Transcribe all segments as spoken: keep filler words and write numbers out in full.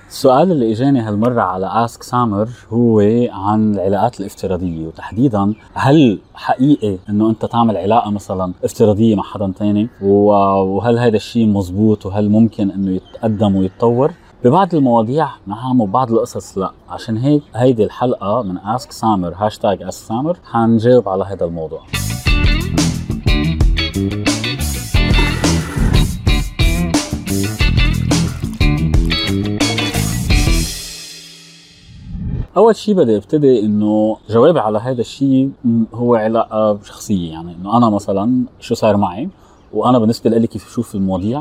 السؤال اللي اجاني هالمرة على آسك سامر هو عن العلاقات الافتراضية، وتحديدا هل حقيقي انه انت تعمل علاقة مثلا افتراضية مع حدا تاني، وهل هذا الشيء مزبوط، وهل ممكن انه يتقدم ويتطور؟ ببعض المواضيع نعم، وبعض القصص لا. عشان هيك هيدي الحلقة من آسك سامر هاشتاج آسك سامر حنجاوب على هذا الموضوع. أول شيء بدي ابتدي إنه جوابي على هذا الشيء هو علاقة شخصية، يعني إنه أنا مثلا شو صار معي، وأنا بالنسبة لي كيف أشوف المواضيع.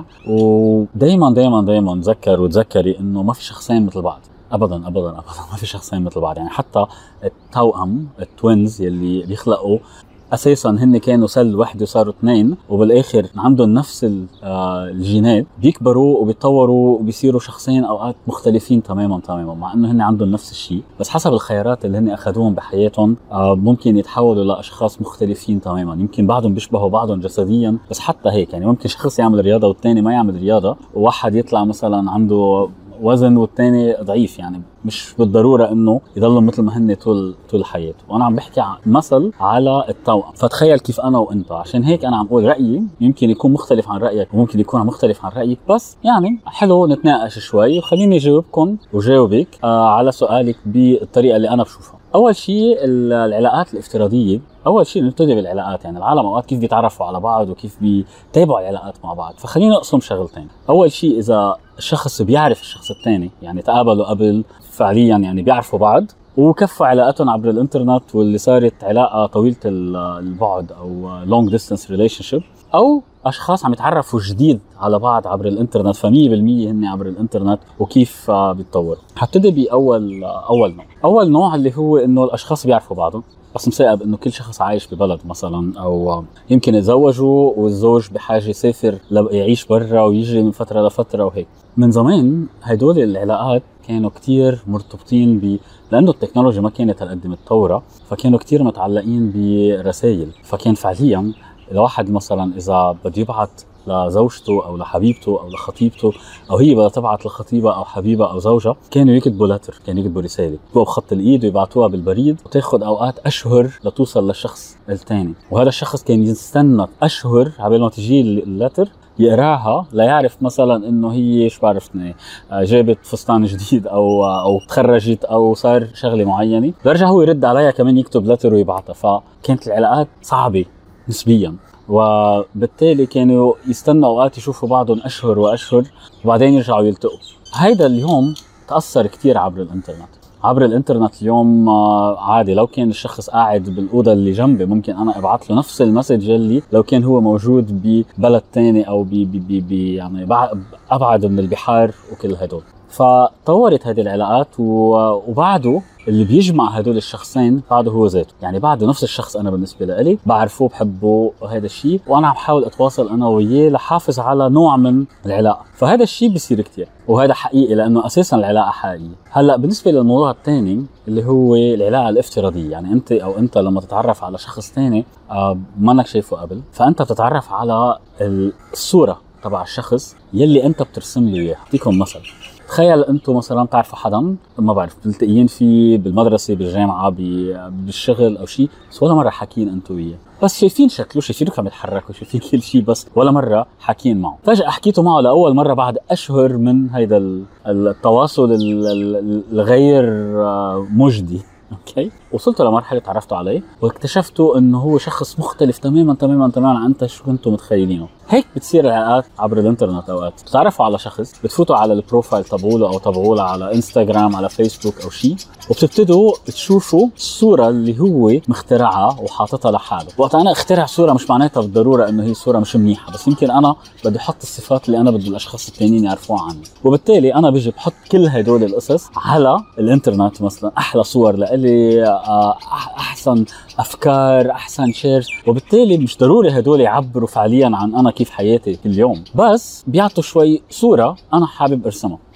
ودايما دايما دايما تذكر وتذكري إنه ما في شخصين مثل بعض، أبدا أبدا أبدا ما في شخصين مثل بعض. يعني حتى التوأم التوينز يلي بيخلقوا اساسا هن كانوا سل وحده وصاروا اثنين، وبالاخر عندهم نفس الجينات، بيكبروا وبيتطوروا وبيصيروا شخصين اوقات مختلفين تماما تماما، مع انه هن عندهم نفس الشيء، بس حسب الخيارات اللي هن اخذوهم بحياتهم ممكن يتحولوا لاشخاص مختلفين تماما. يمكن بعضهم بيشبهوا بعضهم جسديا، بس حتى هيك يعني ممكن شخص يعمل رياضه والثاني ما يعمل رياضه، وواحد يطلع مثلا عنده وزن والتاني ضعيف، يعني مش بالضرورة انه يضلوا مثل ما هن طول طول حياته. وانا عم بحكي عن مثل على التوأم، فتخيل كيف انا وانت. عشان هيك انا عم اقول رأيي يمكن يكون مختلف عن رأيك، وممكن يكون مختلف عن رأيك، بس يعني حلو نتناقش شوي، وخليني اجاوبكم وجاوبك آه على سؤالك بالطريقة اللي انا بشوفها. اول شيء العلاقات الافتراضية. اول شيء نبتدي بالعلاقات، يعني العالم اوقات كيف بيتعرفوا على بعض وكيف بيتابعوا العلاقات مع بعض. فخلينا نقسم شغلتين. اول شيء اذا الشخص بيعرف الشخص الثاني، يعني تقابلوا قبل فعليا، يعني بيعرفوا بعض وكفوا علاقتهم عبر الانترنت، واللي صارت علاقة طويلة البعد او long distance relationship، او اشخاص عم يتعرفوا جديد على بعض عبر الانترنت، فمية بالمية هن عبر الانترنت وكيف بيتطور. حبتدي باول اول نوع. اول نوع اللي هو انه الاشخاص بيعرفوا بعضهم، بس مسائب انه كل شخص عايش ببلد مثلا، او يمكن يتزوجوا والزوج بحاجه يسافر يعيش برا ويجي من فتره لفتره وهيك. من زمان هدول العلاقات كانوا كتير مرتبطين ب لانه التكنولوجيا ما كانت هالقد متطوره، فكانوا كتير متعلقين برسائل. فكان فعليا الواحد مثلا اذا بده يبعث لزوجته او لحبيبته او لخطيبته، او هي بدها تبعت لخطيبها او حبيبها او زوجها، كانوا يكتبوا لتر، كانوا يكتبوا رساله يكتبوها بخط الايد ويبعتوها بالبريد، وتاخذ اوقات اشهر لتوصل للشخص الثاني. وهذا الشخص كان يستنى اشهر على ما تجي اللتر يقراها ليعرف مثلا انه هي شو بعرفتني جابت فستان جديد او او تخرجت او صار شغله معينه، برجع هو يرد عليها كمان يكتب لتر ويبعتها. فكانت العلاقات صعبه نسبيا، وبالتالي كانوا يستنوا اوقات يشوفوا بعضهم اشهر واشهر وبعدين يرجعوا يلتقوا. هيدا اليوم تاثر كتير عبر الانترنت. عبر الانترنت اليوم عادي لو كان الشخص قاعد بالاوضه اللي جنبي ممكن انا ابعث له نفس المسج اللي لو كان هو موجود ببلد تاني او بي بي بي بي يعني ابعد من البحار وكل هدول. فطورت هذه العلاقات، وبعده اللي بيجمع هدول الشخصين بعده هو ذاته، يعني بعده نفس الشخص انا بالنسبه لي بعرفه بحبه هذا الشيء، وانا عم بحاول اتواصل انا وياه لحافظ على نوع من العلاقه. فهذا الشيء بيصير كتير، وهذا حقيقي لانه اساسا العلاقه حقيقيه. هلا بالنسبه للموضوع الثاني اللي هو العلاقه الافتراضيه، يعني انت او انت لما تتعرف على شخص ثاني آه ما انك شايفه قبل، فانت بتتعرف على الصوره تبع الشخص يلي انت بترسم له اياه. اعطيكم مثل. تخيل انتم مثلا بتعرفوا حدا ما بعرف ملتقيين فيه بالمدرسه بالجامعه بالشغل او شيء، بس ولا مره حاكين انتم وياه، بس شايفين شكله شايفينه عم يتحرك وشايفين كل شيء، بس ولا مره حاكين معه. فجاه حكيتوا معه لاول مره بعد اشهر من هيدا التواصل الغير مجدي. اوكي، وصلتوا لمرحله تعرفتوا عليه واكتشفتوا انه هو شخص مختلف تماما تماما تماما عن انت شو كنتوا متخيلينه. هيك بتصير العلاقات عبر الانترنت. اوقات بتتعرفوا على شخص، بتفوتوا على البروفايل تبعوله او تبعوله على انستغرام على فيسبوك او شيء، وبتبتدوا تشوفوا الصوره اللي هو مخترعها وحاططها لحاله. وقت انا اخترع صوره مش معناتها بالضروره انه هي صوره مش منيحه، بس يمكن انا بدي احط الصفات اللي انا بدي الاشخاص الثانيين يعرفوها عني، وبالتالي انا بيجي بحط كل هدول القصص على الانترنت. مثلا احلى صور لإلي، احسن افكار، احسن شيرز، وبالتالي مش ضروري هدول يعبروا فعليا عن انا كيف حياتي كل يوم، بس بيعطوا شوي صوره انا حابب ارسمها.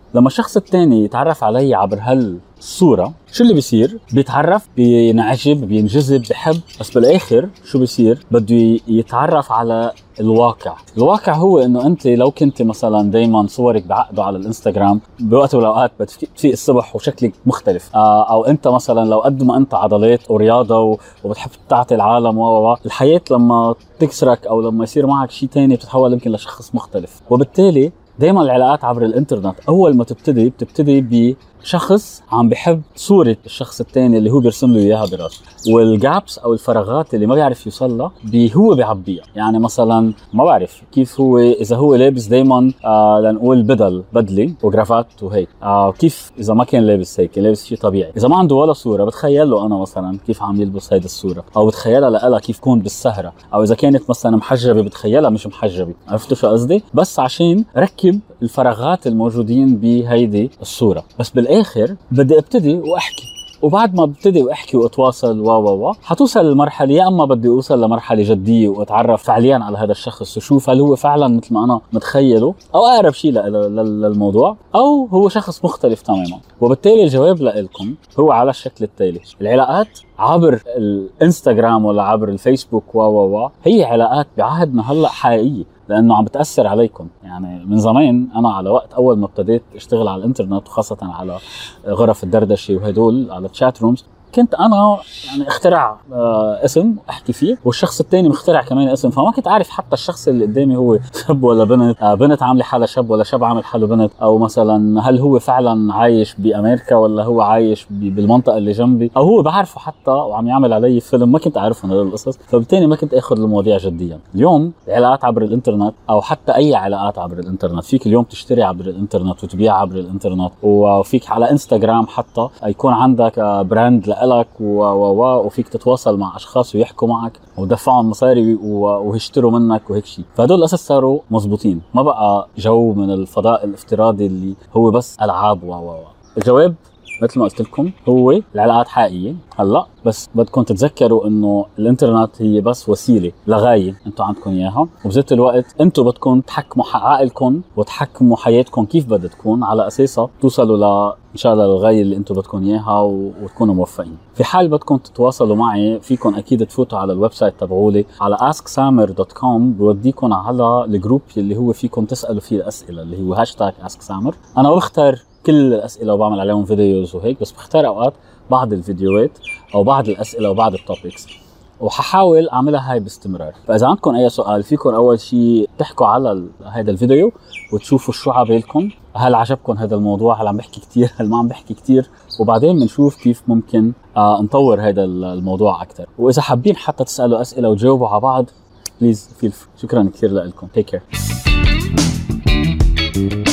لما الشخص الثاني يتعرف علي عبر هالصورة شو اللي بيصير؟ بيتعرف، بينعجب، بينجذب، بحب، بس بالاخر شو بيصير؟ بده يتعرف على الواقع. الواقع هو انه انت لو كنت مثلا دايما صورك بعقده على الانستغرام، بوقت من الاوقات بتفيق الصبح وشكلك مختلف، آه او انت مثلا لو قد ما انت عضلات ورياضه وبتحب تعطي العالم و الحياه لما تكسرك او لما يصير معك شيء ثاني بتتحول يمكن لشخص مختلف. وبالتالي دايما العلاقات عبر الانترنت اول ما تبتدي بتبتدي بشخص عم بحب صورة الشخص الثاني اللي هو بيرسم له اياها براسه، والجابس او الفراغات اللي ما بيعرف يوصلها بي هو بيعبيها. يعني مثلا ما بعرف كيف هو اذا هو لابس دايما آه لنقول بدل بدله وجرافات وهيك، آه كيف اذا ما كان لابس هيك، لابس شيء طبيعي، اذا ما عنده ولا صورة بتخيل له انا مثلا كيف عم يلبس هيدا الصورة، او بتخيلها لها كيف كون بالسهرة، او اذا كانت مثلا محجبة بتخيلها مش محجبة. عرفتوا شو قصدي؟ بس عشان ركب الفراغات الموجودين بهيدي الصورة. بس بالاخر بدي ابتدي واحكي، وبعد ما ابتدي واحكي واتواصل و و و حتوصل لمرحله يا اما بدي اوصل لمرحله جديه واتعرف فعليا على هذا الشخص وشوف هل هو فعلا مثل ما انا متخيله او اقرب شيء للموضوع، او هو شخص مختلف تماما. وبالتالي الجواب لكم هو على الشكل التالي: العلاقات عبر الانستغرام ولا عبر الفيسبوك و و و هي علاقات بعهدنا هلا حقيقيه، لانه عم بتاثر عليكم. يعني من زمان انا على وقت اول ما ابتديت اشتغل على الانترنت وخاصه على غرف الدردشه وهدول على الشات رومز، كنت انا يعني اخترع آه اسم احكي فيه، والشخص الثاني مخترع كمان اسم، فما كنت عارف حتى الشخص اللي قدامي هو شاب ولا بنت، آه بنت عامله حالها شاب ولا شاب عامل حاله بنت، او مثلا هل هو فعلا عايش بامريكا ولا هو عايش بالمنطقه اللي جنبي، او هو بعرفه حتى وعم يعمل علي فيلم. ما كنت اعرفهم هذول القصص، فبالتالي ما كنت اخذ المواضيع جديا. اليوم العلاقات عبر الانترنت او حتى اي علاقات عبر الانترنت، فيك اليوم تشتري عبر الانترنت وتبيع عبر الانترنت، وفيك على انستغرام حتى يكون عندك براند لك و وفيك تتواصل مع اشخاص ويحكوا معك ودفعهم مصاري ويشتروا منك وهيك شيء. فهدول الاساس صاروا مزبوطين، ما بقى جو من الفضاء الافتراضي اللي هو بس العاب و و الجواب مثل ما قلت لكم هو العلاقات حقيقيه هلا، بس بدكم تتذكروا انه الانترنت هي بس وسيله لغايه انتم عندكم اياها، وبذات الوقت انتم بدكم تحكموا عقلكم وتحكموا حياتكم كيف بدها تكون، على اساسها توصلوا ل ان شاء الله للغايه اللي انتم بدكم اياها وتكونوا موفقين. في حال بدكم تتواصلوا معي فيكم اكيد تفوتوا على الويب سايت تبعولي على ask samer دوت كوم، بوديكم على الجروب اللي هو فيكم تسالوا فيه الاسئله اللي هو هاشتاج ask samer. انا بختار كل الاسئله وبعمل عليهم فيديوز وهيك، بس بختار اوقات بعض الفيديوهات او بعض الاسئله وبعض التوبكس، وححاول اعملها هاي باستمرار. فاذا عندكم اي سؤال فيكم اول شيء تحكوا على هذا الفيديو وتشوفوا شو عبالكم، هل عجبكم هذا الموضوع، هل عم بحكي كتير، هل ما عم بحكي كتير، وبعدين بنشوف كيف ممكن آه نطور هذا الموضوع اكثر. واذا حابين حتى تسالوا اسئله وتجاوبوا على بعض بليز فيل. شكرا كثير لكم. تيك كير.